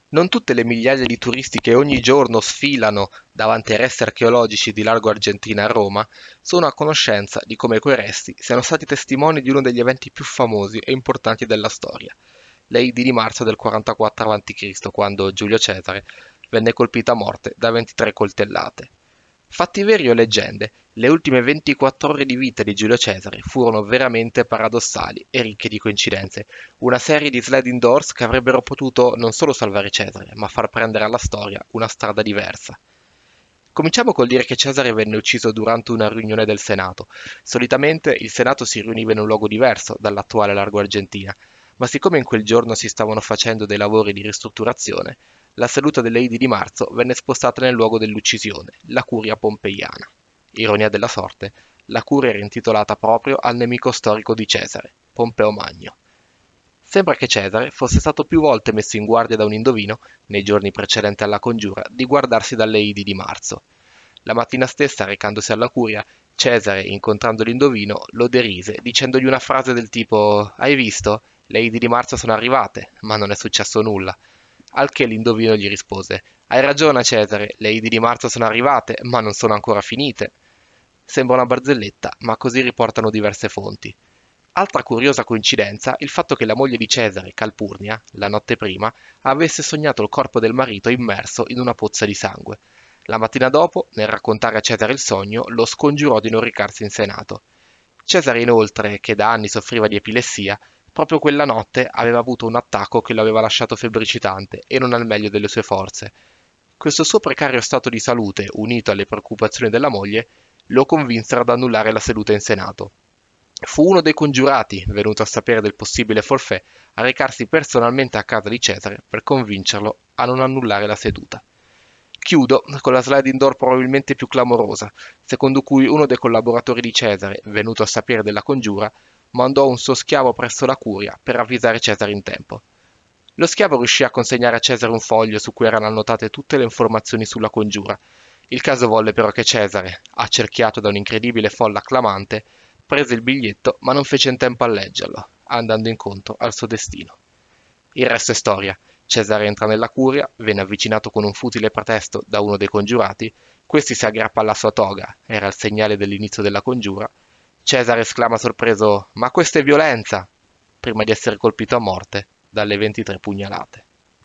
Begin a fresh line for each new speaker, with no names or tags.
Non tutte le migliaia di turisti che ogni giorno sfilano davanti ai resti archeologici di Largo Argentina a Roma sono a conoscenza di come quei resti siano stati testimoni di uno degli eventi più famosi e importanti della storia, l'Eidi di marzo del 44 a.C., quando Giulio Cesare venne colpito a morte da 23 coltellate. Fatti veri o leggende, le ultime 24 ore di vita di Giulio Cesare furono veramente paradossali e ricche di coincidenze, una serie di sliding doors che avrebbero potuto non solo salvare Cesare, ma far prendere alla storia una strada diversa. Cominciamo col dire che Cesare venne ucciso durante una riunione del Senato. Solitamente il Senato si riuniva in un luogo diverso dall'attuale Largo Argentina, ma siccome in quel giorno si stavano facendo dei lavori di ristrutturazione, la seduta delle Idi di marzo venne spostata nel luogo dell'uccisione, la Curia Pompeiana. Ironia della sorte, la curia era intitolata proprio al nemico storico di Cesare, Pompeo Magno. Sembra che Cesare fosse stato più volte messo in guardia da un indovino, nei giorni precedenti alla congiura, di guardarsi dalle Idi di marzo. La mattina stessa, recandosi alla curia, Cesare, incontrando l'indovino, lo derise, dicendogli una frase del tipo «Hai visto? Le Idi di marzo sono arrivate, ma non è successo nulla». Al che l'indovino gli rispose «Hai ragione, Cesare, le Idi di marzo sono arrivate, ma non sono ancora finite». Sembra una barzelletta, ma così riportano diverse fonti. Altra curiosa coincidenza il fatto che la moglie di Cesare, Calpurnia, la notte prima, avesse sognato il corpo del marito immerso in una pozza di sangue. La mattina dopo, nel raccontare a Cesare il sogno, lo scongiurò di non recarsi in Senato. Cesare inoltre, che da anni soffriva di epilessia, proprio quella notte aveva avuto un attacco che lo aveva lasciato febbricitante e non al meglio delle sue forze. Questo suo precario stato di salute, unito alle preoccupazioni della moglie, lo convinsero ad annullare la seduta in Senato. Fu uno dei congiurati, venuto a sapere del possibile forfait, a recarsi personalmente a casa di Cesare per convincerlo a non annullare la seduta. Chiudo con la slide indoor probabilmente più clamorosa, secondo cui uno dei collaboratori di Cesare, venuto a sapere della congiura, mandò un suo schiavo presso la curia per avvisare Cesare in tempo. Lo schiavo riuscì a consegnare a Cesare un foglio su cui erano annotate tutte le informazioni sulla congiura. Il caso volle però che Cesare, accerchiato da un'incredibile folla acclamante, prese il biglietto ma non fece in tempo a leggerlo, andando incontro al suo destino. Il resto è storia. Cesare entra nella curia, viene avvicinato con un futile pretesto da uno dei congiurati, questi si aggrappa alla sua toga, era il segnale dell'inizio della congiura. Cesare esclama sorpreso: «Ma questa è violenza!», prima di essere colpito a morte dalle 23 pugnalate.